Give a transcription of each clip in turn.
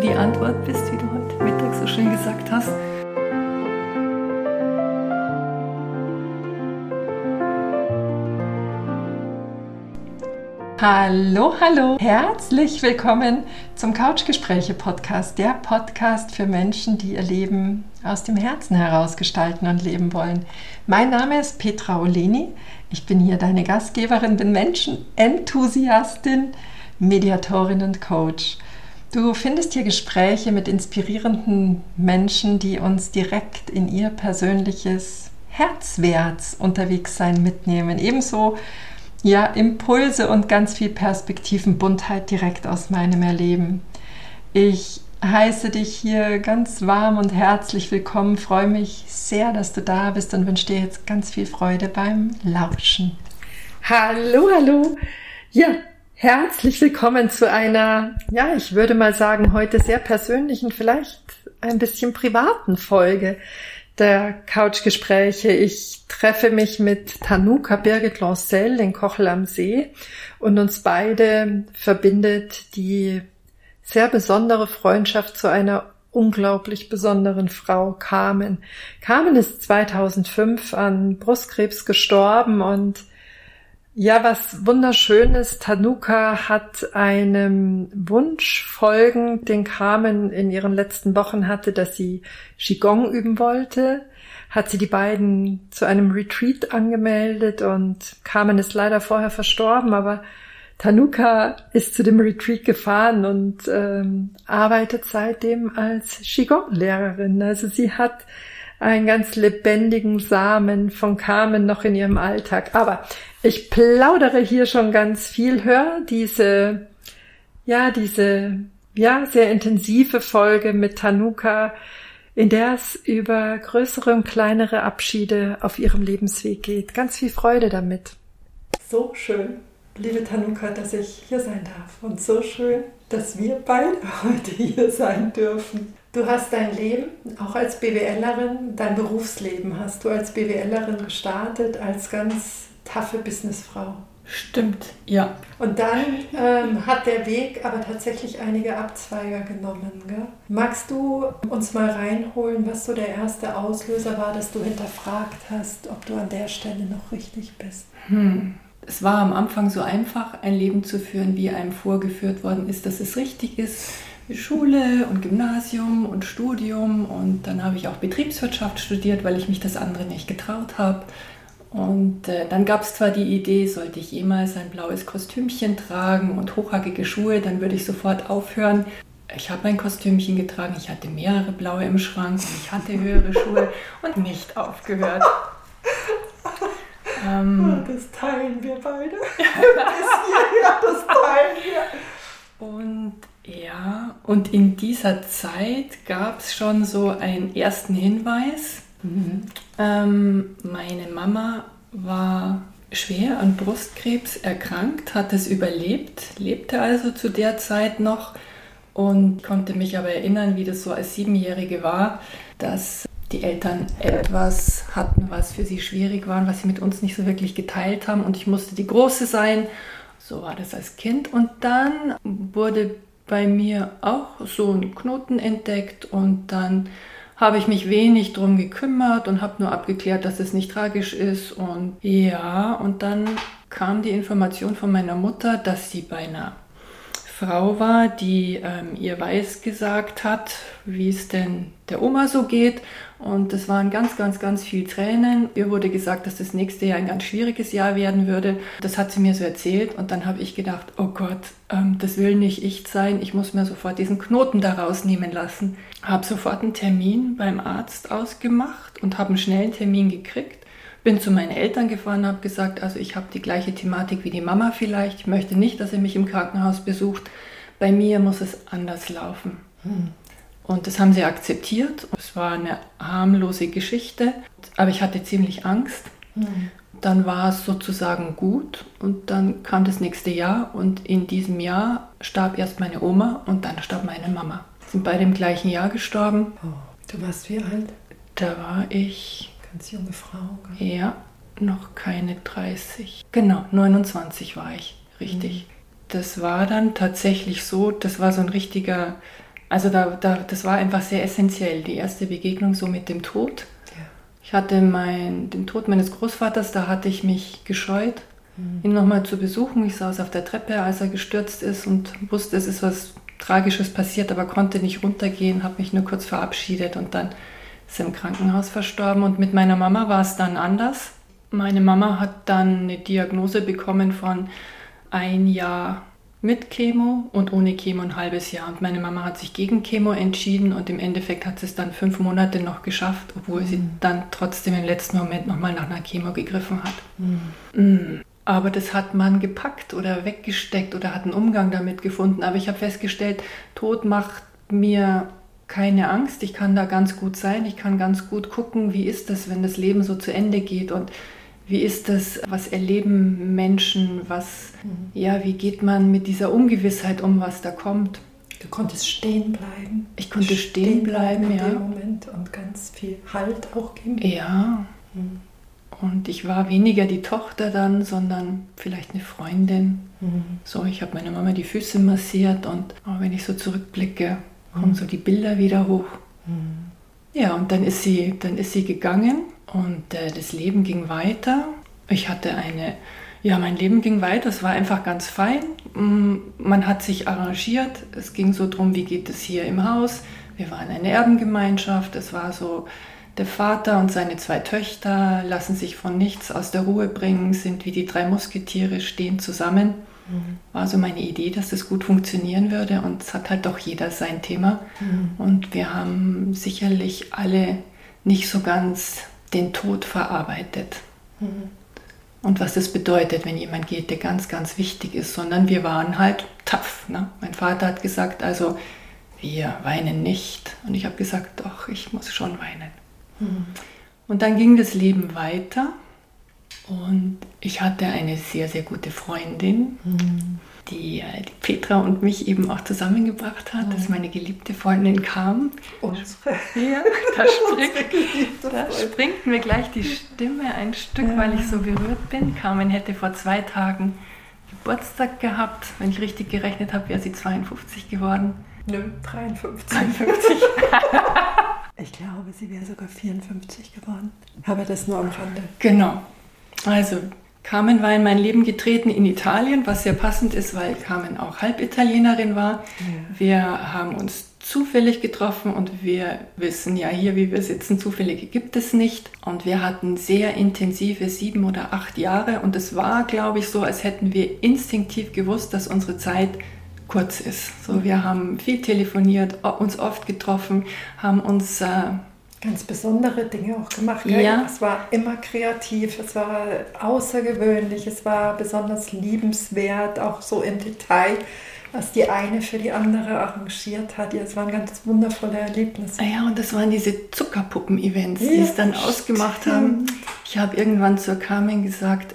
die Antwort bist, wie du heute Mittag so schön gesagt hast. Hallo, hallo! Herzlich willkommen zum Couchgespräche-Podcast, der Podcast für Menschen, die ihr Leben aus dem Herzen heraus gestalten und leben wollen. Mein Name ist Petra Oleni, ich bin hier deine Gastgeberin, bin Menschenenthusiastin, Mediatorin und Coach. Du findest hier Gespräche mit inspirierenden Menschen, die uns direkt in ihr persönliches Herzwärts unterwegs sein mitnehmen. Ebenso Impulse und ganz viel Perspektivenbuntheit direkt aus meinem Erleben. Ich heiße dich hier ganz warm und herzlich willkommen, freue mich sehr, dass du da bist und wünsche dir jetzt ganz viel Freude beim Lauschen. Hallo, hallo! Ja, herzlich willkommen zu einer, ich würde mal sagen, heute sehr persönlichen, vielleicht ein bisschen privaten Folge der Couchgespräche. Ich treffe mich mit Tanuka Birgit-Lancel in Kochel am See und uns beide verbindet die sehr besondere Freundschaft zu einer unglaublich besonderen Frau, Carmen. Carmen ist 2005 an Brustkrebs gestorben und was wunderschön ist, Tanuka hat einem Wunsch folgend, den Carmen in ihren letzten Wochen hatte, dass sie Qigong üben wollte, hat sie die beiden zu einem Retreat angemeldet und Carmen ist leider vorher verstorben, aber Tanuka ist zu dem Retreat gefahren und arbeitet seitdem als Qigong-Lehrerin. Also sie hat einen ganz lebendigen Samen von Carmen noch in ihrem Alltag. Aber ich plaudere hier schon ganz viel. Hör diese sehr intensive Folge mit Tanuka, in der es über größere und kleinere Abschiede auf ihrem Lebensweg geht. Ganz viel Freude damit. So schön, liebe Tanuka, dass ich hier sein darf. Und so schön, dass wir beide heute hier sein dürfen. Du hast dein Leben, auch als BWLerin, dein Berufsleben hast du als BWLerin gestartet, als ganz taffe Businessfrau. Stimmt, ja. Und dann hat der Weg aber tatsächlich einige Abzweiger genommen. Gell? Magst du uns mal reinholen, was so der erste Auslöser war, dass du hinterfragt hast, ob du an der Stelle noch richtig bist? Es war am Anfang so einfach, ein Leben zu führen, wie einem vorgeführt worden ist, dass es richtig ist. Schule und Gymnasium und Studium und dann habe ich auch Betriebswirtschaft studiert, weil ich mich das andere nicht getraut habe. Und dann gab es zwar die Idee, sollte ich jemals ein blaues Kostümchen tragen und hochhackige Schuhe, dann würde ich sofort aufhören. Ich habe ein Kostümchen getragen, ich hatte mehrere blaue im Schrank und ich hatte höhere Schuhe und nicht aufgehört. Das teilen wir beide. Das teilen wir. Und in dieser Zeit gab es schon so einen ersten Hinweis. Meine Mama war schwer an Brustkrebs erkrankt, hat es überlebt, lebte also zu der Zeit noch und konnte mich aber erinnern, wie das so als 7-Jährige war, dass die Eltern etwas hatten, was für sie schwierig war, was sie mit uns nicht so wirklich geteilt haben und ich musste die Große sein. So war das als Kind und dann wurde bei mir auch so ein Knoten entdeckt und dann habe ich mich wenig drum gekümmert und habe nur abgeklärt, dass es nicht tragisch ist und und dann kam die Information von meiner Mutter, dass sie bei einer Frau war, die ihr Weiß gesagt hat, wie es denn der Oma so geht und es waren ganz, ganz, ganz viel Tränen. Ihr wurde gesagt, dass das nächste Jahr ein ganz schwieriges Jahr werden würde. Das hat sie mir so erzählt und dann habe ich gedacht, oh Gott, das will nicht ich sein, ich muss mir sofort diesen Knoten da rausnehmen lassen. Habe sofort einen Termin beim Arzt ausgemacht und habe einen schnellen Termin gekriegt. Bin zu meinen Eltern gefahren, habe gesagt, also ich habe die gleiche Thematik wie die Mama vielleicht. Ich möchte nicht, dass ihr mich im Krankenhaus besucht. Bei mir muss es anders laufen. Und das haben sie akzeptiert. Es war eine harmlose Geschichte, aber ich hatte ziemlich Angst. Dann war es sozusagen gut und dann kam das nächste Jahr und in diesem Jahr starb erst meine Oma und dann starb meine Mama. Sind beide im gleichen Jahr gestorben. Oh, du warst wie alt? Da war ich... Ganz junge Frau. Gell? Ja, noch keine 30. Genau, 29 war ich, richtig. Das war dann tatsächlich so, das war so ein richtiger Also das war einfach sehr essentiell, die erste Begegnung so mit dem Tod. Ja. Ich hatte den Tod meines Großvaters, da hatte ich mich gescheut, ihn nochmal zu besuchen. Ich saß auf der Treppe, als er gestürzt ist und wusste, es ist was Tragisches passiert, aber konnte nicht runtergehen, habe mich nur kurz verabschiedet und dann ist er im Krankenhaus verstorben. Und mit meiner Mama war es dann anders. Meine Mama hat dann eine Diagnose bekommen von 1 Jahr mit Chemo und ohne Chemo ein halbes Jahr. Und meine Mama hat sich gegen Chemo entschieden und im Endeffekt hat sie es dann 5 Monate noch geschafft, obwohl sie dann trotzdem im letzten Moment nochmal nach einer Chemo gegriffen hat. Aber das hat man gepackt oder weggesteckt oder hat einen Umgang damit gefunden. Aber ich habe festgestellt, Tod macht mir keine Angst. Ich kann da ganz gut sein. Ich kann ganz gut gucken, wie ist das, wenn das Leben so zu Ende geht und wie ist das, was erleben Menschen, wie geht man mit dieser Ungewissheit um, was da kommt. Du konntest stehen bleiben. Ich konnte stehen bleiben, in dem Moment und ganz viel Halt auch geben. Ja. Und ich war weniger die Tochter dann, sondern vielleicht eine Freundin. So, ich habe meiner Mama die Füße massiert und wenn ich so zurückblicke, kommen so die Bilder wieder hoch. Ja, und dann ist sie gegangen und das Leben ging weiter. Mein Leben ging weiter, es war einfach ganz fein. Man hat sich arrangiert, es ging so drum, wie geht es hier im Haus. Wir waren eine Erbengemeinschaft, es war so, der Vater und seine 2 Töchter lassen sich von nichts aus der Ruhe bringen, sind wie die 3 Musketiere, stehen zusammen. War so meine Idee, dass das gut funktionieren würde und es hat halt doch jeder sein Thema. Und wir haben sicherlich alle nicht so ganz den Tod verarbeitet. Und was das bedeutet, wenn jemand geht, der ganz, ganz wichtig ist, sondern wir waren halt tough. Ne? Mein Vater hat gesagt, also wir weinen nicht. Und ich habe gesagt, doch, ich muss schon weinen. Und dann ging das Leben weiter und ich hatte eine sehr, sehr gute Freundin, die Petra und mich eben auch zusammengebracht hat, dass meine geliebte Freundin kam. Ja, da springt mir gleich die Stimme ein Stück, weil ich so berührt bin. Carmen hätte vor 2 Tagen Geburtstag gehabt. Wenn ich richtig gerechnet habe, wäre sie 52 geworden. Nö, 53. Ich glaube, sie wäre sogar 54 geworden. Aber das nur am Rande. Genau. Also, Carmen war in mein Leben getreten in Italien, was sehr passend ist, weil Carmen auch Halbitalienerin war. Ja. Wir haben uns zufällig getroffen und wir wissen ja hier, wie wir sitzen, Zufällige gibt es nicht. Und wir hatten sehr intensive 7 oder 8 Jahre und es war, glaube ich, so, als hätten wir instinktiv gewusst, dass unsere Zeit kurz ist. So, wir haben viel telefoniert, uns oft getroffen, haben uns ganz besondere Dinge auch gemacht. Ja. Es war immer kreativ, es war außergewöhnlich, es war besonders liebenswert, auch so im Detail, was die eine für die andere arrangiert hat. Ja, es waren ganz wundervolle Erlebnisse. Ja, und das waren diese Zuckerpuppen-Events, die es dann ausgemacht haben. Ich habe irgendwann zur Carmen gesagt,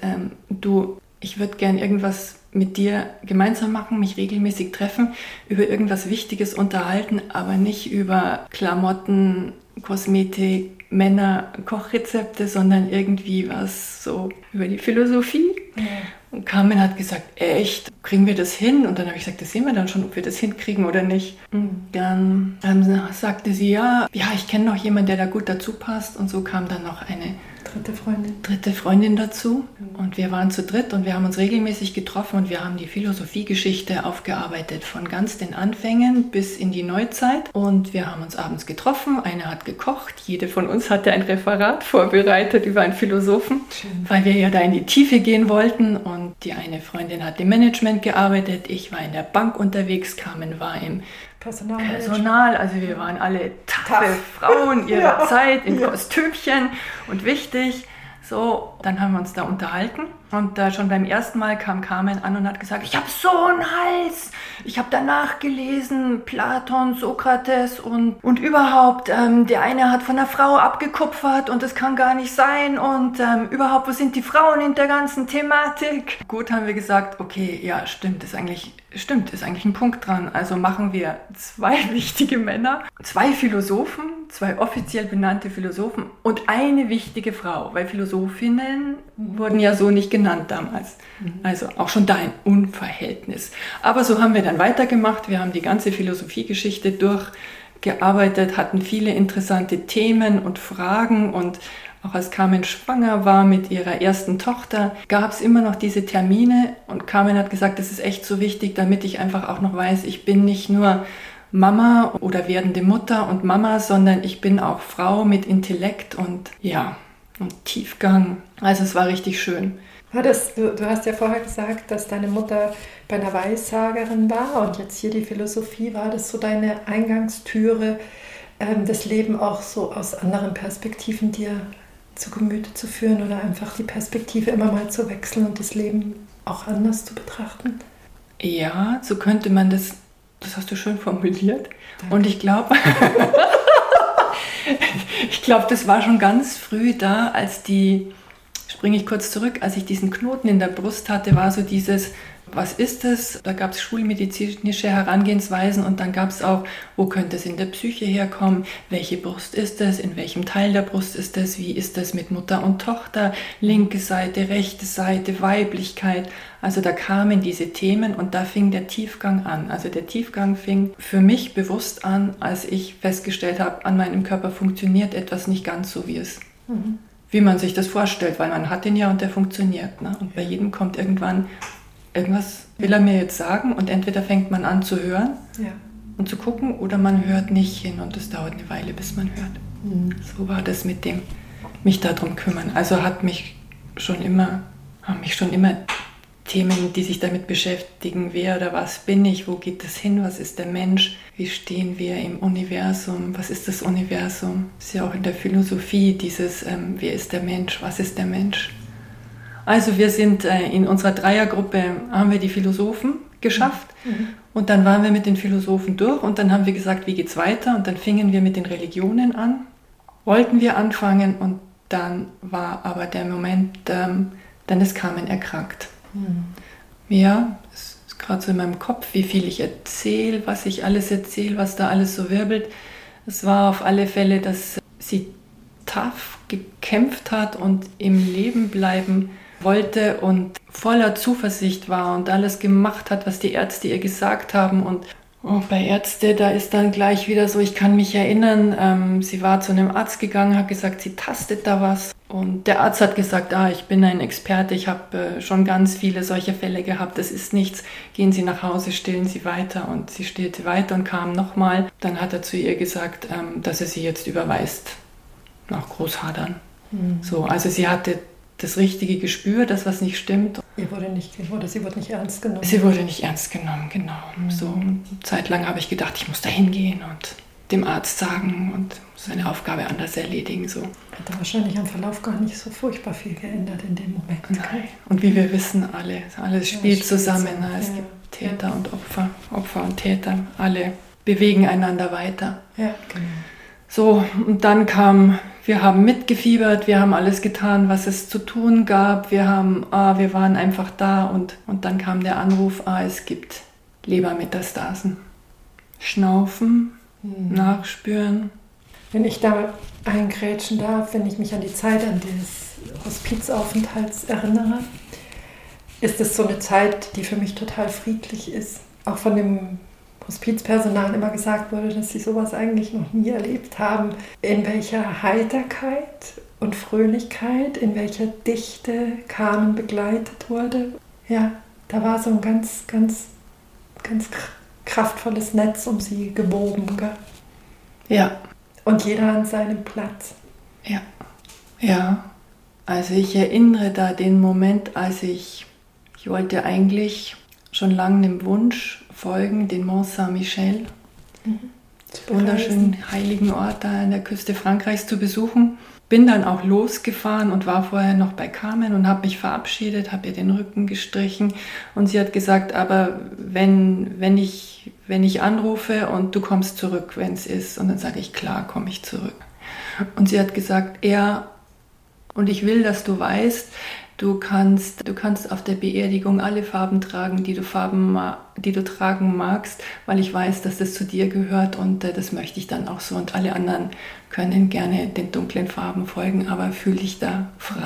ich würde gern irgendwas mit dir gemeinsam machen, mich regelmäßig treffen, über irgendwas Wichtiges unterhalten, aber nicht über Klamotten, Kosmetik, Männer, Kochrezepte, sondern irgendwie was so über die Philosophie. Ja. Und Carmen hat gesagt, echt, kriegen wir das hin? Und dann habe ich gesagt, das sehen wir dann schon, ob wir das hinkriegen oder nicht. Und dann sagte sie, ja, ich kenne noch jemanden, der da gut dazu passt. Und so kam dann noch eine dritte Freundin dazu. Und wir waren zu dritt und wir haben uns regelmäßig getroffen und wir haben die Philosophiegeschichte aufgearbeitet, von ganz den Anfängen bis in die Neuzeit. Und wir haben uns abends getroffen, eine hat gekocht, jede von uns hatte ein Referat vorbereitet über einen Philosophen, weil wir ja da in die Tiefe gehen wollten. Und die eine Freundin hat im Management gearbeitet, ich war in der Bank unterwegs, Carmen war im Personal, also wir waren alle taffe Frauen ihrer Zeit in Kostümchen und wichtig. So, dann haben wir uns da unterhalten und schon beim ersten Mal kam Carmen an und hat gesagt, ich habe so einen Hals, ich habe danach gelesen, Platon, Sokrates und überhaupt, der eine hat von der Frau abgekupfert und das kann gar nicht sein und überhaupt, wo sind die Frauen in der ganzen Thematik? Gut, haben wir gesagt, okay, ja, stimmt, ist eigentlich ein Punkt dran. Also machen wir 2 wichtige Männer, 2 Philosophen, 2 offiziell benannte Philosophen und eine wichtige Frau, weil Philosophinnen Themen wurden ja so nicht genannt damals. Also auch schon da ein Unverhältnis. Aber so haben wir dann weitergemacht. Wir haben die ganze Philosophiegeschichte durchgearbeitet, hatten viele interessante Themen und Fragen. Und auch als Carmen schwanger war mit ihrer ersten Tochter, gab es immer noch diese Termine. Und Carmen hat gesagt, das ist echt so wichtig, damit ich einfach auch noch weiß, ich bin nicht nur Mama oder werdende Mutter und Mama, sondern ich bin auch Frau mit Intellekt und Tiefgang. Also es war richtig schön. Du hast ja vorher gesagt, dass deine Mutter bei einer Weissagerin war und jetzt hier die Philosophie. War das so deine Eingangstüre, das Leben auch so aus anderen Perspektiven dir zu Gemüte zu führen oder einfach die Perspektive immer mal zu wechseln und das Leben auch anders zu betrachten? Ja, so könnte man das hast du schön formuliert. Danke. Und ich glaube, das war schon ganz früh da, springe ich kurz zurück, als ich diesen Knoten in der Brust hatte, war so dieses, was ist es? Da gab es schulmedizinische Herangehensweisen und dann gab es auch, wo könnte es in der Psyche herkommen? Welche Brust ist es? In welchem Teil der Brust ist es? Wie ist es mit Mutter und Tochter? Linke Seite, rechte Seite, Weiblichkeit. Also da kamen diese Themen und da fing der Tiefgang an. Also der Tiefgang fing für mich bewusst an, als ich festgestellt habe, an meinem Körper funktioniert etwas nicht ganz so, wie man sich das vorstellt, weil man hat den ja und der funktioniert. Ne? Und bei jedem kommt irgendwann irgendwas will er mir jetzt sagen und entweder fängt man an zu hören und zu gucken oder man hört nicht hin und es dauert eine Weile, bis man hört. So war das mit dem mich darum kümmern. Also haben mich schon immer Themen, die sich damit beschäftigen, wer oder was bin ich, wo geht es hin, was ist der Mensch, wie stehen wir im Universum, was ist das Universum? Das ist ja auch in der Philosophie dieses, wer ist der Mensch, was ist der Mensch? Also wir sind in unserer Dreiergruppe, haben wir die Philosophen geschafft und dann waren wir mit den Philosophen durch und dann haben wir gesagt, wie geht's weiter? Und dann fingen wir mit den Religionen an, wollten wir anfangen und dann war aber der Moment, dann ist Carmen erkrankt. Ja, es ist gerade so in meinem Kopf, wie viel ich erzähle, was ich alles erzähle, was da alles so wirbelt. Es war auf alle Fälle, dass sie tough gekämpft hat und im Leben bleiben wollte und voller Zuversicht war und alles gemacht hat, was die Ärzte ihr gesagt haben. Und bei Ärzte, da ist dann gleich wieder so, ich kann mich erinnern, sie war zu einem Arzt gegangen, hat gesagt, sie tastet da was. Und der Arzt hat gesagt, ich bin ein Experte, ich habe schon ganz viele solche Fälle gehabt, das ist nichts, gehen Sie nach Hause, stillen Sie weiter. Und sie stillte weiter und kam nochmal. Dann hat er zu ihr gesagt, dass er sie jetzt überweist nach Großhadern. So, also sie hatte das richtige Gespür, das was nicht stimmt. Sie wurde nicht ernst genommen. Sie wurde nicht ernst genommen, genau. So eine Zeit lang habe ich gedacht, ich muss da hingehen und dem Arzt sagen und seine Aufgabe anders erledigen. So. Hat wahrscheinlich am Verlauf gar nicht so furchtbar viel geändert in dem Moment. Nein. Und wie wir wissen, alles spielt zusammen. Es gibt Täter und Opfer, Opfer und Täter, alle bewegen einander weiter. Ja, genau. So, und dann wir haben mitgefiebert, wir haben alles getan, was es zu tun gab. Wir waren einfach da und dann kam der Anruf, es gibt Lebermetastasen. Schnaufen, nachspüren. Wenn ich da eingrätschen darf, wenn ich mich an die Zeit des Hospizaufenthalts erinnere, ist es so eine Zeit, die für mich total friedlich ist. Auch von dem Hospizpersonal immer gesagt wurde, dass sie sowas eigentlich noch nie erlebt haben. In welcher Heiterkeit und Fröhlichkeit, in welcher Dichte Carmen begleitet wurde. Ja, da war so ein ganz, ganz, ganz kraftvolles Netz um sie gewoben. Gell? Ja. Und jeder an seinem Platz. Ja. Ja. Also ich erinnere da den Moment, als ich wollte eigentlich schon lange einem Wunsch folgen, den Mont Saint-Michel, wunderschönen heiligen Ort da an der Küste Frankreichs zu besuchen. Bin dann auch losgefahren und war vorher noch bei Carmen und habe mich verabschiedet, habe ihr den Rücken gestrichen und sie hat gesagt, aber wenn ich anrufe und du kommst zurück, wenn es ist, und dann sage ich, klar, komme ich zurück. Und sie hat gesagt, und ich will, dass du weißt, du kannst auf der Beerdigung alle Farben tragen, die du tragen magst, weil ich weiß, dass das zu dir gehört und das möchte ich dann auch so. Und alle anderen können gerne den dunklen Farben folgen, aber fühl dich da frei.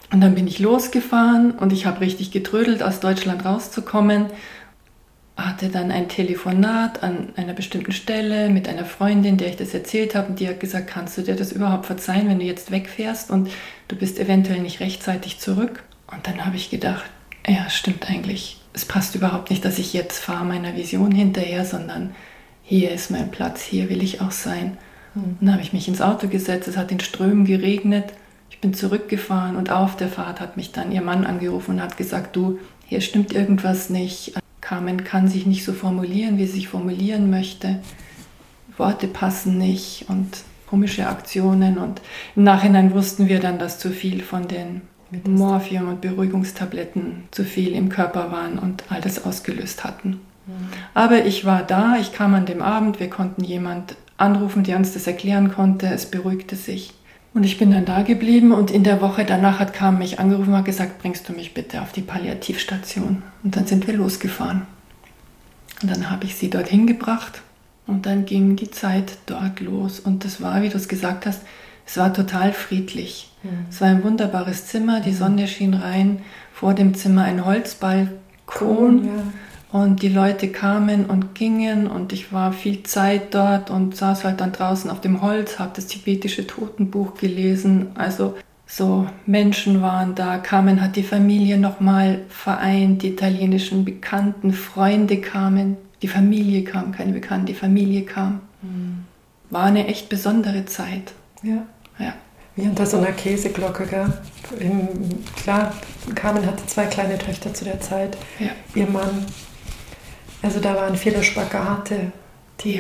Und dann bin ich losgefahren und ich habe richtig getrödelt, aus Deutschland rauszukommen. Hatte dann ein Telefonat an einer bestimmten Stelle mit einer Freundin, der ich das erzählt habe. Und die hat gesagt, kannst du dir das überhaupt verzeihen, wenn du jetzt wegfährst und du bist eventuell nicht rechtzeitig zurück? Und dann habe ich gedacht, ja, stimmt eigentlich. Es passt überhaupt nicht, dass ich jetzt fahre meiner Vision hinterher, sondern hier ist mein Platz, hier will ich auch sein. Und dann habe ich mich ins Auto gesetzt, es hat in Strömen geregnet. Ich bin zurückgefahren und auf der Fahrt hat mich dann ihr Mann angerufen und hat gesagt, du, hier stimmt irgendwas nicht. Carmen kann sich nicht so formulieren, wie sie sich formulieren möchte. Worte passen nicht und komische Aktionen. Und im Nachhinein wussten wir dann, dass zu viel von den Morphium- und Beruhigungstabletten zu viel im Körper waren und all das ausgelöst hatten. Aber ich war da, ich kam an dem Abend, wir konnten jemand anrufen, der uns das erklären konnte, es beruhigte sich. Und ich bin dann da geblieben und in der Woche danach hat Carmen mich angerufen und hat gesagt, bringst du mich bitte auf die Palliativstation. Und dann sind wir losgefahren. Und dann habe ich sie dorthin gebracht und dann ging die Zeit dort los. Und das war, wie du es gesagt hast, es war total friedlich. Es war ein wunderbares Zimmer, die Sonne schien rein, vor dem Zimmer ein Holzbalkon. Und die Leute kamen und gingen und ich war viel Zeit dort und saß halt dann draußen auf dem Holz, habe das tibetische Totenbuch gelesen. Also so Menschen waren da. Carmen hat die Familie nochmal vereint, die italienischen Bekannten, Freunde kamen. Die Familie kam, keine Bekannten, die Familie kam. War eine echt besondere Zeit. Ja. Ja. Wie unter so einer Käseglocke, gell? Klar, Carmen hatte 2 kleine Töchter zu der Zeit. Ja. Ihr Mann. Also da waren viele Spagate, die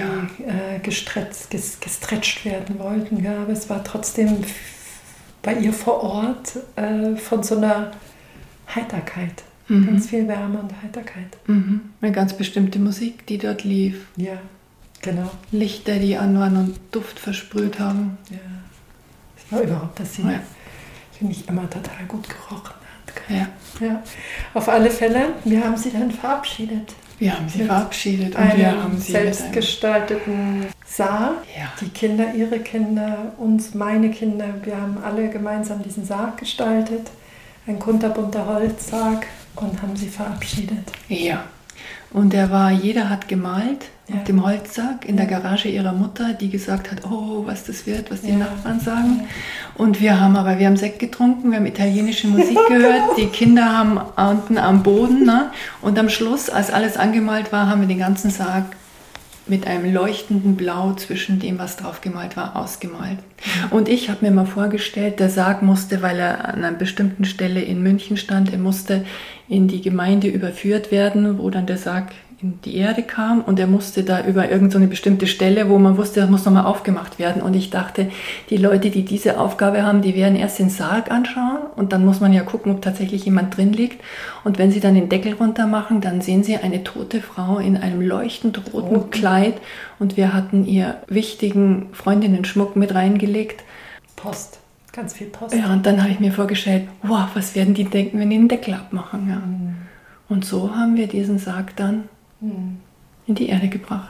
gestretcht werden wollten. Ja, aber es war trotzdem bei ihr vor Ort von so einer Heiterkeit. Ganz viel Wärme und Heiterkeit. Eine ganz bestimmte Musik, die dort lief. Ja, genau. Lichter, die an waren und Duft versprüht haben. Ja. Es war überhaupt, dass sie, finde ich, immer total gut gerochen hat. Ja. Auf alle Fälle, wir haben sie dann verabschiedet. Wir haben sie verabschiedet und wir haben sie selbstgestalteten Sarg. Ja. Die Kinder, ihre Kinder, uns, meine Kinder. Wir haben alle gemeinsam diesen Sarg gestaltet. Ein kunterbunter Holzsarg und haben sie verabschiedet. Ja. Und jeder hat gemalt auf dem Holzsarg in der Garage ihrer Mutter, die gesagt hat, oh, was das wird, was die Nachbarn sagen. Und wir haben Sekt getrunken, wir haben italienische Musik gehört, die Kinder haben unten am Boden, ne? Und am Schluss, als alles angemalt war, haben wir den ganzen Sarg mit einem leuchtenden Blau zwischen dem, was drauf gemalt war, ausgemalt. Und ich habe mir mal vorgestellt, der Sarg musste, weil er an einer bestimmten Stelle in München stand, er musste in die Gemeinde überführt werden, wo dann der Sarg in die Erde kam und er musste da über irgend so eine bestimmte Stelle, wo man wusste, das muss nochmal aufgemacht werden. Und ich dachte, die Leute, die diese Aufgabe haben, die werden erst den Sarg anschauen und dann muss man ja gucken, ob tatsächlich jemand drin liegt. Und wenn sie dann den Deckel runter machen, dann sehen sie eine tote Frau in einem leuchtend roten Kleid und wir hatten ihr wichtigen Freundinnen-Schmuck mit reingelegt. Post, ganz viel Post. Ja, und dann habe ich mir vorgestellt, wow, was werden die denken, wenn die den Deckel abmachen. Ja. Und so haben wir diesen Sarg dann in die Erde gebracht.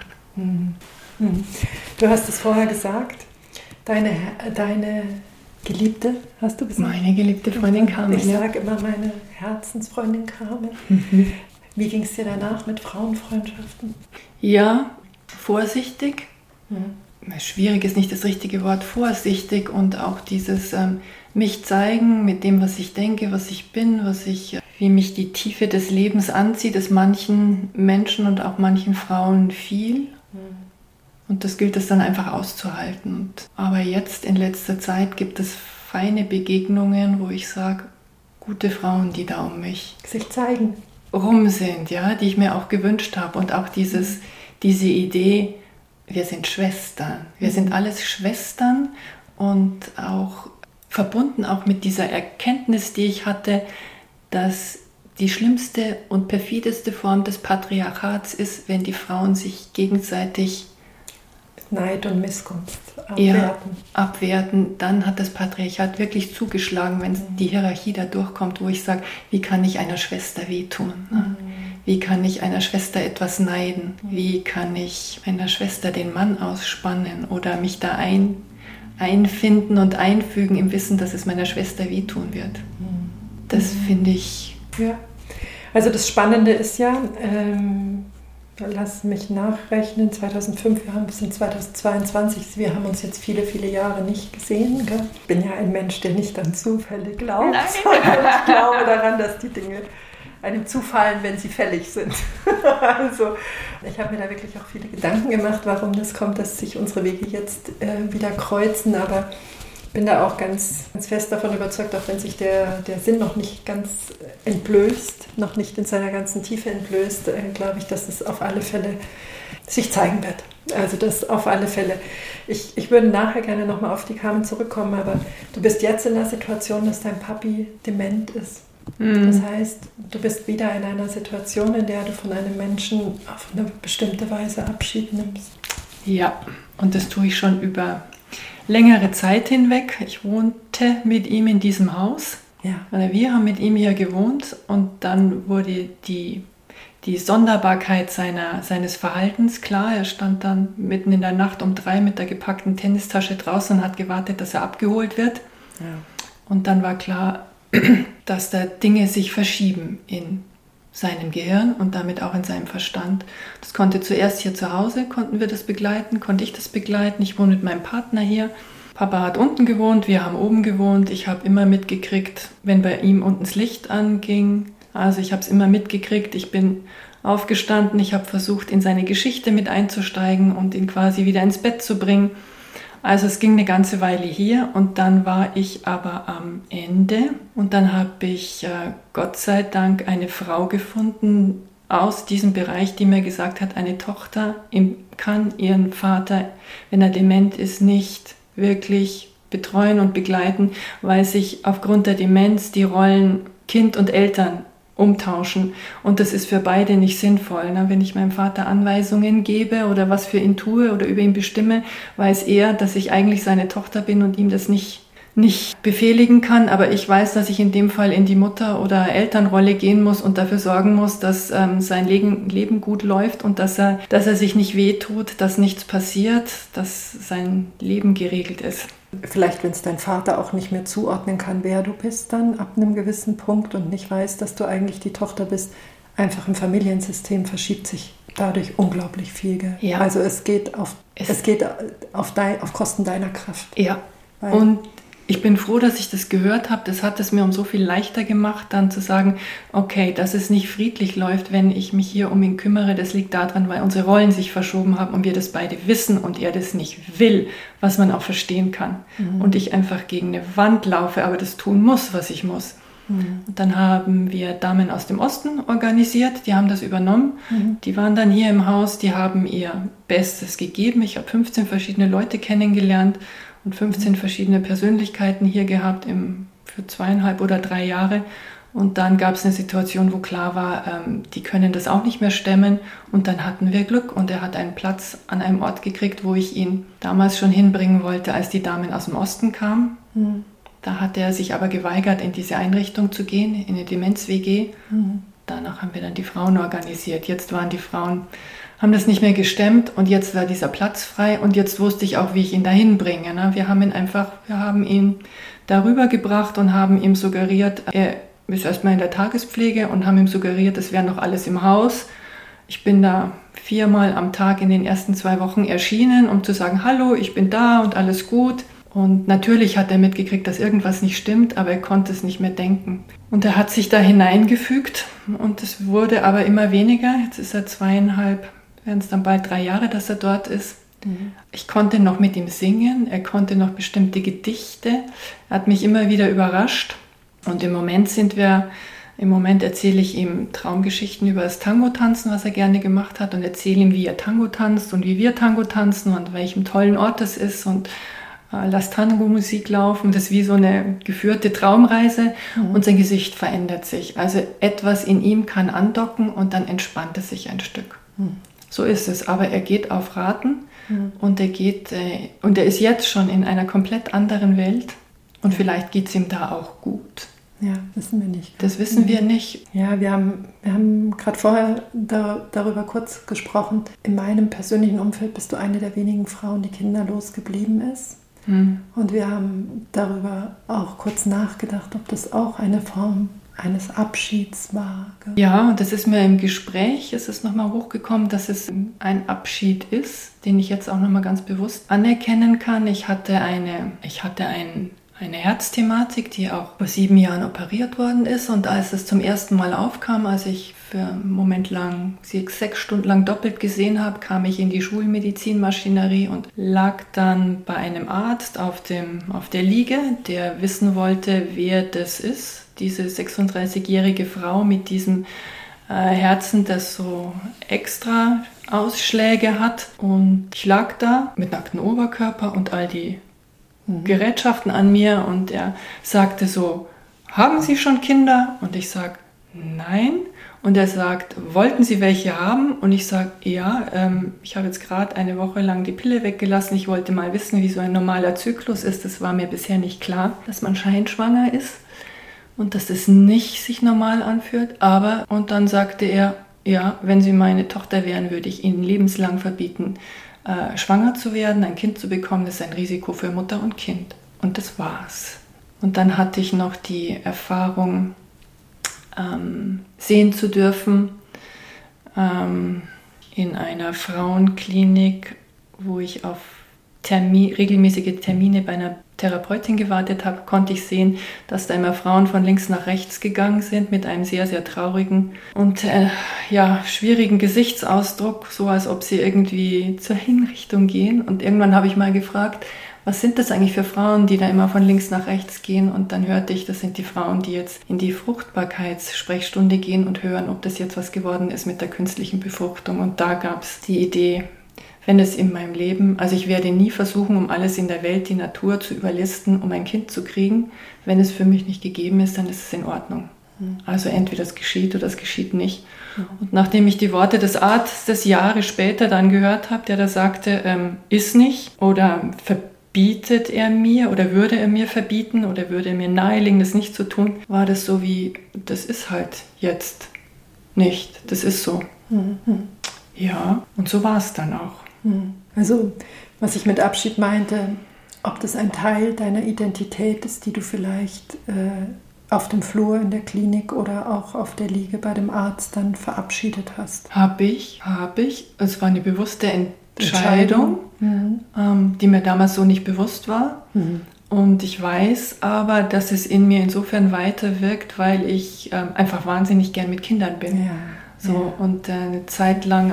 Du hast es vorher gesagt, deine Geliebte, hast du gesagt? Meine geliebte Freundin Carmen. Ich sage immer meine Herzensfreundin Carmen. Wie ging es dir danach mit Frauenfreundschaften? Ja, vorsichtig. Schwierig ist nicht das richtige Wort, vorsichtig und auch dieses mich zeigen mit dem, was ich denke, was ich bin, wie mich die Tiefe des Lebens anzieht, ist manchen Menschen und auch manchen Frauen viel. Und das gilt es dann einfach auszuhalten. Aber jetzt in letzter Zeit gibt es feine Begegnungen, wo ich sage, gute Frauen, die da um mich sich zeigen, rum sind, ja, die ich mir auch gewünscht habe. Und auch diese Idee, wir sind Schwestern. Wir sind alles Schwestern und auch verbunden auch mit dieser Erkenntnis, die ich hatte, dass die schlimmste und perfideste Form des Patriarchats ist, wenn die Frauen sich gegenseitig Neid und Missgunst abwerten. Dann hat das Patriarchat wirklich zugeschlagen, wenn die Hierarchie da durchkommt, wo ich sage, wie kann ich einer Schwester wehtun? Ne? Wie kann ich einer Schwester etwas neiden? Wie kann ich einer Schwester den Mann ausspannen oder mich da einfinden und einfügen im Wissen, dass es meiner Schwester wehtun wird? Das finde ich... Ja, also das Spannende ist ja, lass mich nachrechnen, 2005, wir sind 2022, wir haben uns jetzt viele, viele Jahre nicht gesehen. Gell? Ich bin ja ein Mensch, der nicht an Zufälle glaubt, sondern ich glaube daran, dass die Dinge einem zufallen, wenn sie fällig sind. Also ich habe mir da wirklich auch viele Gedanken gemacht, warum das kommt, dass sich unsere Wege jetzt wieder kreuzen, aber bin da auch ganz, ganz fest davon überzeugt, auch wenn sich der Sinn noch nicht ganz entblößt, noch nicht in seiner ganzen Tiefe entblößt, glaube ich, dass es auf alle Fälle sich zeigen wird. Also das auf alle Fälle. Ich würde nachher gerne nochmal auf die Carmen zurückkommen, aber du bist jetzt in der Situation, dass dein Papi dement ist. Das heißt, du bist wieder in einer Situation, in der du von einem Menschen auf eine bestimmte Weise Abschied nimmst. Ja, und das tue ich schon über längere Zeit hinweg. Ich wohnte mit ihm in diesem Haus. Ja. Wir haben mit ihm hier gewohnt und dann wurde die Sonderbarkeit seines Verhaltens klar. Er stand dann mitten in der Nacht um 3 mit der gepackten Tennistasche draußen und hat gewartet, dass er abgeholt wird. Ja. Und dann war klar, dass da Dinge sich verschieben in seinem Gehirn und damit auch in seinem Verstand. Das konnte zuerst hier zu Hause, konnte ich das begleiten. Ich wohne mit meinem Partner hier. Papa hat unten gewohnt, wir haben oben gewohnt. Ich habe immer mitgekriegt, wenn bei ihm unten das Licht anging. Also ich habe es immer mitgekriegt. Ich bin aufgestanden, ich habe versucht, in seine Geschichte mit einzusteigen und ihn quasi wieder ins Bett zu bringen. Also es ging eine ganze Weile hier und dann war ich aber am Ende und dann habe ich Gott sei Dank eine Frau gefunden aus diesem Bereich, die mir gesagt hat, eine Tochter kann ihren Vater, wenn er dement ist, nicht wirklich betreuen und begleiten, weil sich aufgrund der Demenz die Rollen Kind und Eltern umtauschen und das ist für beide nicht sinnvoll. Wenn ich meinem Vater Anweisungen gebe oder was für ihn tue oder über ihn bestimme, weiß er, dass ich eigentlich seine Tochter bin und ihm das nicht befehligen kann, aber ich weiß, dass ich in dem Fall in die Mutter- oder Elternrolle gehen muss und dafür sorgen muss, dass sein Leben gut läuft und dass er sich nicht wehtut, dass nichts passiert, dass sein Leben geregelt ist. Vielleicht, wenn es dein Vater auch nicht mehr zuordnen kann, wer du bist dann ab einem gewissen Punkt und nicht weiß, dass du eigentlich die Tochter bist, einfach im Familiensystem verschiebt sich dadurch unglaublich viel. Gell? Ja. Also es geht auf Kosten deiner Kraft. Ja, und ich bin froh, dass ich das gehört habe. Das hat es mir um so viel leichter gemacht, dann zu sagen, okay, dass es nicht friedlich läuft, wenn ich mich hier um ihn kümmere. Das liegt daran, weil unsere Rollen sich verschoben haben und wir das beide wissen und er das nicht will, was man auch verstehen kann. Und ich einfach gegen eine Wand laufe, aber das tun muss, was ich muss. Und dann haben wir Damen aus dem Osten organisiert, die haben das übernommen. Die waren dann hier im Haus, die haben ihr Bestes gegeben. Ich habe 15 verschiedene Leute kennengelernt und 15 verschiedene Persönlichkeiten hier gehabt für 2,5 oder 3 Jahre. Und dann gab es eine Situation, wo klar war, die können das auch nicht mehr stemmen. Und dann hatten wir Glück und er hat einen Platz an einem Ort gekriegt, wo ich ihn damals schon hinbringen wollte, als die Damen aus dem Osten kamen. Da hat er sich aber geweigert, in diese Einrichtung zu gehen, in eine Demenz-WG. Danach haben wir dann die Frauen organisiert. Jetzt waren die Frauen, haben das nicht mehr gestemmt und jetzt war dieser Platz frei und jetzt wusste ich auch, wie ich ihn dahin bringe. Wir haben ihn darüber gebracht und haben ihm suggeriert, er ist erstmal in der Tagespflege und haben ihm suggeriert, es wäre noch alles im Haus. Ich bin da 4-mal am Tag in den ersten 2 Wochen erschienen, um zu sagen, hallo, ich bin da und alles gut. Und natürlich hat er mitgekriegt, dass irgendwas nicht stimmt, aber er konnte es nicht mehr denken. Und er hat sich da hineingefügt und es wurde aber immer weniger. Jetzt ist er 2,5, werden es dann bald 3 Jahre, dass er dort ist. Ich konnte noch mit ihm singen, er konnte noch bestimmte Gedichte. Er hat mich immer wieder überrascht. Und im Moment erzähle ich ihm Traumgeschichten über das Tango-Tanzen, was er gerne gemacht hat und erzähle ihm, wie er Tango tanzt und wie wir Tango tanzen und an welchem tollen Ort das ist und lass Tango-Musik laufen. Das ist wie so eine geführte Traumreise und sein Gesicht verändert sich. Also etwas in ihm kann andocken und dann entspannt es sich ein Stück. So ist es, aber er geht auf Raten und er ist jetzt schon in einer komplett anderen Welt und vielleicht geht es ihm da auch gut. Ja, wissen wir nicht. Das wissen wir nicht. Ja, wir haben gerade vorher darüber kurz gesprochen. In meinem persönlichen Umfeld bist du eine der wenigen Frauen, die kinderlos geblieben ist. Und wir haben darüber auch kurz nachgedacht, ob das auch eine Form eines Abschieds war. Ja, und das ist mir im Gespräch, ist es nochmal hochgekommen, dass es ein Abschied ist, den ich jetzt auch nochmal ganz bewusst anerkennen kann. Ich hatte eine Herzthematik, die auch vor 7 Jahren operiert worden ist. Und als es zum ersten Mal aufkam, als ich für einen Moment lang 6 Stunden lang doppelt gesehen habe, kam ich in die Schulmedizinmaschinerie und lag dann bei einem Arzt auf der Liege, der wissen wollte, wer das ist. Diese 36-jährige Frau mit diesem Herzen, das so extra Ausschläge hat. Und ich lag da mit nacktem Oberkörper und all die Gerätschaften an mir. Und er sagte so, haben Sie schon Kinder? Und ich sage, nein. Und er sagt, wollten Sie welche haben? Und ich sage, ja, ich habe jetzt gerade eine Woche lang die Pille weggelassen. Ich wollte mal wissen, wie so ein normaler Zyklus ist. Das war mir bisher nicht klar, dass man scheinschwanger ist. Und dass es nicht sich normal anfühlt, und dann sagte er, ja, wenn Sie meine Tochter wären, würde ich Ihnen lebenslang verbieten, schwanger zu werden, ein Kind zu bekommen. Das ist ein Risiko für Mutter und Kind. Und das war's. Und dann hatte ich noch die Erfahrung, sehen zu dürfen, in einer Frauenklinik, wo ich auf regelmäßige Termine bei einer Therapeutin gewartet habe, konnte ich sehen, dass da immer Frauen von links nach rechts gegangen sind mit einem sehr, sehr traurigen und schwierigen Gesichtsausdruck, so als ob sie irgendwie zur Hinrichtung gehen. Und irgendwann habe ich mal gefragt, was sind das eigentlich für Frauen, die da immer von links nach rechts gehen? Und dann hörte ich, das sind die Frauen, die jetzt in die Fruchtbarkeitssprechstunde gehen und hören, ob das jetzt was geworden ist mit der künstlichen Befruchtung. Und da gab es die Idee, wenn es in meinem Leben, also ich werde nie versuchen, um alles in der Welt, die Natur zu überlisten, um ein Kind zu kriegen. Wenn es für mich nicht gegeben ist, dann ist es in Ordnung. Also entweder es geschieht oder es geschieht nicht. Und nachdem ich die Worte des Arztes Jahre später dann gehört habe, der da sagte, ist nicht oder verbietet er mir oder würde er mir verbieten oder würde er mir nahelegen, das nicht zu tun, war das so wie, das ist halt jetzt nicht, das ist so. Ja, und so war es dann auch. Also, was ich mit Abschied meinte, ob das ein Teil deiner Identität ist, die du vielleicht auf dem Flur in der Klinik oder auch auf der Liege bei dem Arzt dann verabschiedet hast. Habe ich. Es war eine bewusste Entscheidung, die mir damals so nicht bewusst war. Und ich weiß aber, dass es in mir insofern weiter wirkt, weil ich einfach wahnsinnig gern mit Kindern bin. Ja. So, und eine Zeit lang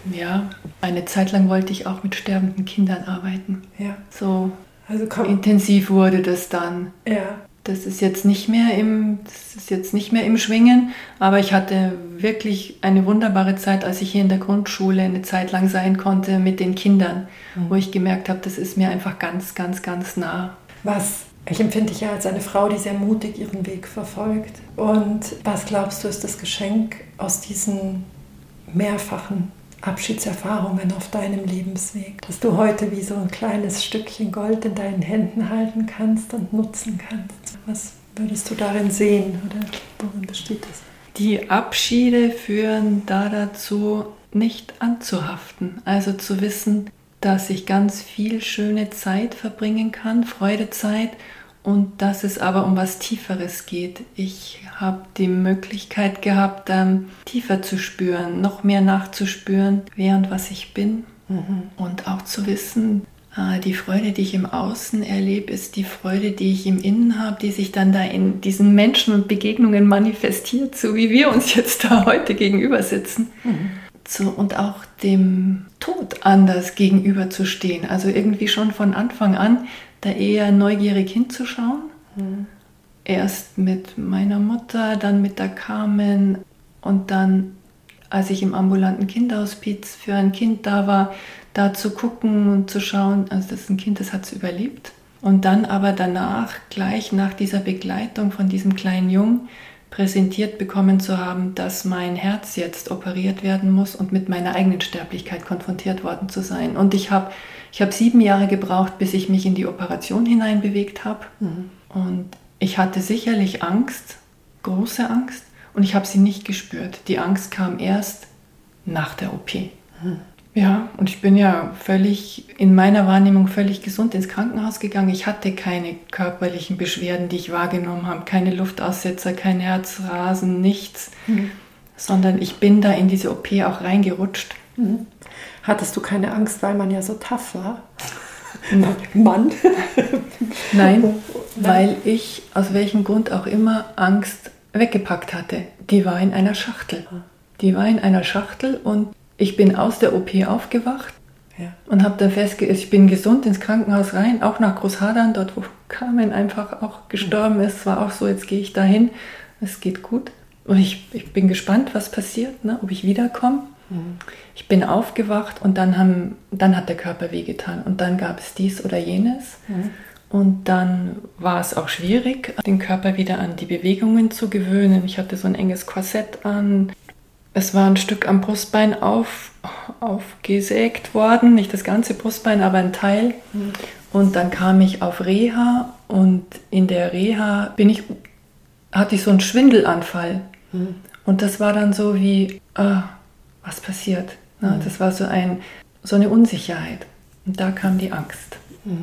wollte ich auch mit sterbenden Kindern arbeiten. Ja. So also intensiv wurde das dann. Ja. Das ist jetzt nicht mehr im Schwingen, aber ich hatte wirklich eine wunderbare Zeit, als ich hier in der Grundschule eine Zeit lang sein konnte mit den Kindern, wo ich gemerkt habe, das ist mir einfach ganz, ganz, ganz nah. Ich empfinde dich ja als eine Frau, die sehr mutig ihren Weg verfolgt. Und was glaubst du, ist das Geschenk aus diesen mehrfachen Abschiedserfahrungen auf deinem Lebensweg, dass du heute wie so ein kleines Stückchen Gold in deinen Händen halten kannst und nutzen kannst? Was würdest du darin sehen oder worin besteht das? Die Abschiede führen dazu, nicht anzuhaften. Also zu wissen, dass ich ganz viel schöne Zeit verbringen kann, Freudezeit, und dass es aber um was Tieferes geht. Ich habe die Möglichkeit gehabt, tiefer zu spüren, noch mehr nachzuspüren, wer und was ich bin. Und auch zu wissen, die Freude, die ich im Außen erlebe, ist die Freude, die ich im Innen habe, die sich dann da in diesen Menschen und Begegnungen manifestiert, so wie wir uns jetzt da heute gegenüber sitzen. Und auch dem Tod anders gegenüberzustehen. Also irgendwie schon von Anfang an da eher neugierig hinzuschauen. Erst mit meiner Mutter, dann mit der Carmen und dann, als ich im ambulanten Kinderhospiz für ein Kind da war, da zu gucken und zu schauen, also das ist ein Kind, das hat es überlebt. Und dann aber danach, gleich nach dieser Begleitung von diesem kleinen Jungen, präsentiert bekommen zu haben, dass mein Herz jetzt operiert werden muss und mit meiner eigenen Sterblichkeit konfrontiert worden zu sein. Und ich habe 7 Jahre gebraucht, bis ich mich in die Operation hineinbewegt habe. Und ich hatte sicherlich Angst, große Angst, und ich habe sie nicht gespürt. Die Angst kam erst nach der OP. Ja, und ich bin ja in meiner Wahrnehmung völlig gesund ins Krankenhaus gegangen. Ich hatte keine körperlichen Beschwerden, die ich wahrgenommen habe. Keine Luftaussetzer, kein Herzrasen, nichts. Sondern ich bin da in diese OP auch reingerutscht. Hattest du keine Angst, weil man ja so tough war? Mann? Nein, weil ich aus welchem Grund auch immer Angst weggepackt hatte. Die war in einer Schachtel. Und ich bin aus der OP aufgewacht und habe dann festgestellt, ich bin gesund ins Krankenhaus rein, auch nach Großhadern, dort wo Carmen einfach auch gestorben ist. Es war auch so, jetzt gehe ich dahin, es geht gut. Und ich bin gespannt, was passiert, ne, ob ich wiederkomme. Ich bin aufgewacht und dann hat der Körper wehgetan und dann gab es dies oder jenes. Und dann war es auch schwierig, den Körper wieder an die Bewegungen zu gewöhnen. Ich hatte so ein enges Korsett an. Es war ein Stück am Brustbein aufgesägt worden, nicht das ganze Brustbein, aber ein Teil. Und dann kam ich auf Reha und in der Reha hatte ich so einen Schwindelanfall. Und das war dann so wie, was passiert? Na, das war so eine Unsicherheit. Und da kam die Angst.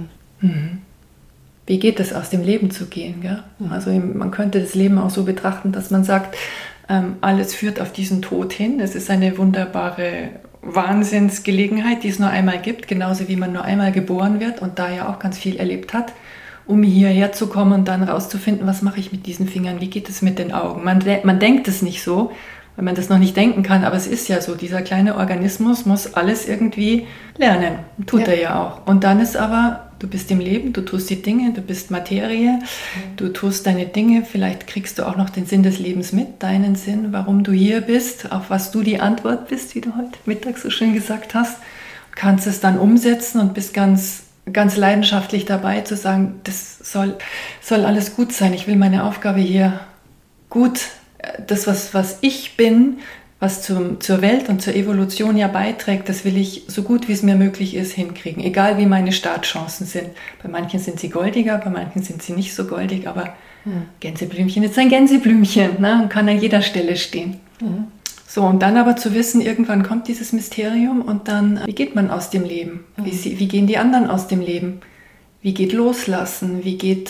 Wie geht es, aus dem Leben zu gehen? Gell? Also man könnte das Leben auch so betrachten, dass man sagt, alles führt auf diesen Tod hin. Es ist eine wunderbare Wahnsinnsgelegenheit, die es nur einmal gibt, genauso wie man nur einmal geboren wird und da ja auch ganz viel erlebt hat, um hierher zu kommen und dann rauszufinden, was mache ich mit diesen Fingern, wie geht es mit den Augen. Man denkt es nicht so, weil man das noch nicht denken kann, aber es ist ja so, dieser kleine Organismus muss alles irgendwie lernen. Tut er ja auch. Und dann ist aber, du bist im Leben, du tust die Dinge, du bist Materie, du tust deine Dinge, vielleicht kriegst du auch noch den Sinn des Lebens mit, deinen Sinn, warum du hier bist, auf was du die Antwort bist, wie du heute Mittag so schön gesagt hast, kannst es dann umsetzen und bist ganz leidenschaftlich dabei zu sagen, das soll alles gut sein, ich will meine Aufgabe hier gut, das was ich bin, was zur Welt und zur Evolution ja beiträgt, das will ich so gut wie es mir möglich ist hinkriegen, egal wie meine Startchancen sind. Bei manchen sind sie goldiger, bei manchen sind sie nicht so goldig, aber Gänseblümchen ist ein Gänseblümchen, ne, und kann an jeder Stelle stehen. So, und dann aber zu wissen, irgendwann kommt dieses Mysterium und dann, wie geht man aus dem Leben? Wie gehen die anderen aus dem Leben? Wie geht Loslassen? Wie geht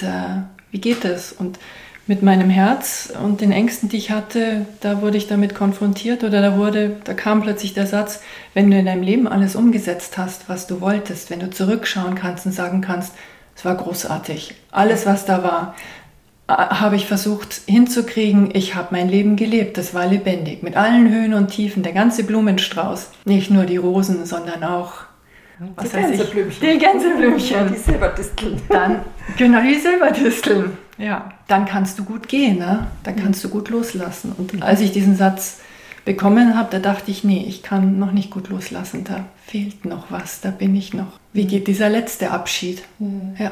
es? Und mit meinem Herz und den Ängsten, die ich hatte, da wurde ich damit konfrontiert oder da kam plötzlich der Satz, wenn du in deinem Leben alles umgesetzt hast, was du wolltest, wenn du zurückschauen kannst und sagen kannst, es war großartig, alles was da war, habe ich versucht hinzukriegen, ich habe mein Leben gelebt, das war lebendig, mit allen Höhen und Tiefen, der ganze Blumenstrauß, nicht nur die Rosen, sondern auch die Gänseblümchen. Die Gänseblümchen. Die Silberdisteln. Genau, die Silberdisteln. Ja, dann kannst du gut gehen, ne? Dann kannst du gut loslassen. Und als ich diesen Satz bekommen habe, da dachte ich, nee, ich kann noch nicht gut loslassen, da fehlt noch was, da bin ich noch. Wie geht dieser letzte Abschied? Ja.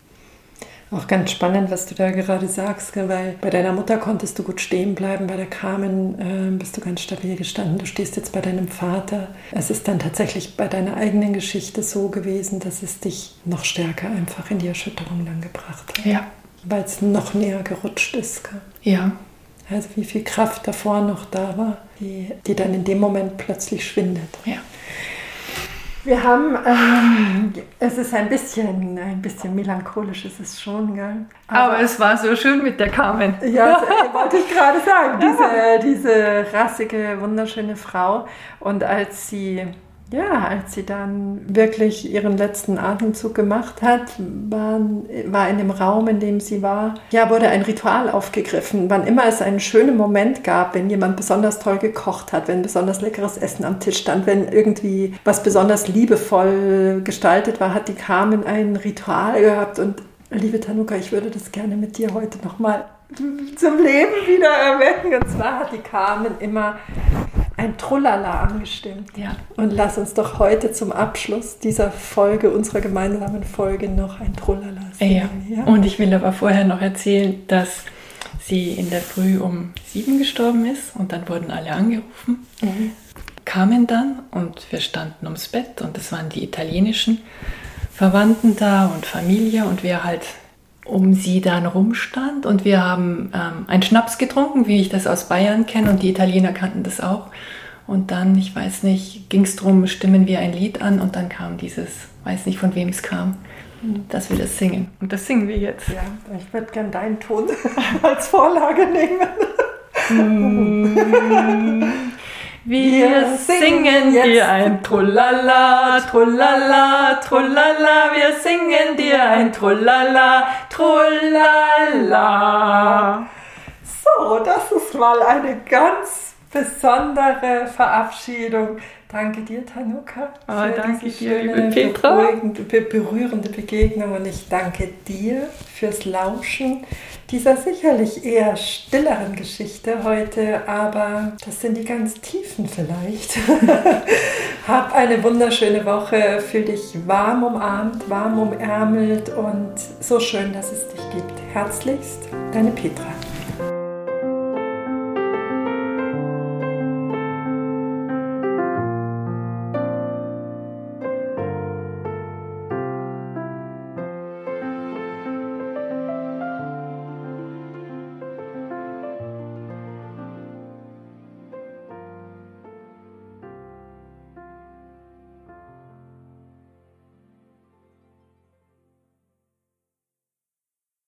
Auch ganz spannend, was du da gerade sagst, weil bei deiner Mutter konntest du gut stehen bleiben, bei der Carmen bist du ganz stabil gestanden, du stehst jetzt bei deinem Vater. Es ist dann tatsächlich bei deiner eigenen Geschichte so gewesen, dass es dich noch stärker einfach in die Erschütterung dann gebracht hat. Ja. Weil es noch näher gerutscht ist. Ja. Also wie viel Kraft davor noch da war, die dann in dem Moment plötzlich schwindet. Ja. Wir haben, es ist ein bisschen melancholisch, ist es schon, gell? Aber es war so schön mit der Carmen. Ja, wollte ich gerade sagen, diese rassige, wunderschöne Frau. Und als sie dann wirklich ihren letzten Atemzug gemacht hat, war in dem Raum, in dem sie war, wurde ein Ritual aufgegriffen. Wann immer es einen schönen Moment gab, wenn jemand besonders toll gekocht hat, wenn besonders leckeres Essen am Tisch stand, wenn irgendwie was besonders liebevoll gestaltet war, hat die Carmen ein Ritual gehabt. Und liebe Tanuka, ich würde das gerne mit dir heute nochmal zum Leben wieder erwecken. Und zwar hat die Carmen immer ein Trullala angestimmt. Ja. Und lass uns doch heute zum Abschluss dieser Folge, unserer gemeinsamen Folge, noch ein Trullala singen. Ja. Und ich will aber vorher noch erzählen, dass sie in der Früh um 7 gestorben ist und dann wurden alle angerufen, kamen dann und wir standen ums Bett und es waren die italienischen Verwandten da und Familie und wer halt um sie dann rumstand und wir haben einen Schnaps getrunken, wie ich das aus Bayern kenne und die Italiener kannten das auch Und dann, ich weiß nicht, ging es darum, stimmen wir ein Lied an und dann kam dieses, weiß nicht von wem es kam, dass wir das singen. Und das singen wir jetzt. Ja, ich würde gern deinen Ton als Vorlage nehmen. Wir singen dir ein Trullala, Trullala, Trullala, wir singen dir ein Trullala, Trullala. So, das ist mal eine ganz besondere Verabschiedung. Danke dir, Tanuka, für danke diese dir, schöne, liebe Petra. berührende Begegnung. Und ich danke dir fürs Lauschen dieser sicherlich eher stilleren Geschichte heute, aber das sind die ganz tiefen vielleicht. Hab eine wunderschöne Woche, fühl dich warm umarmt, warm umärmelt und so schön, dass es dich gibt. Herzlichst, deine Petra.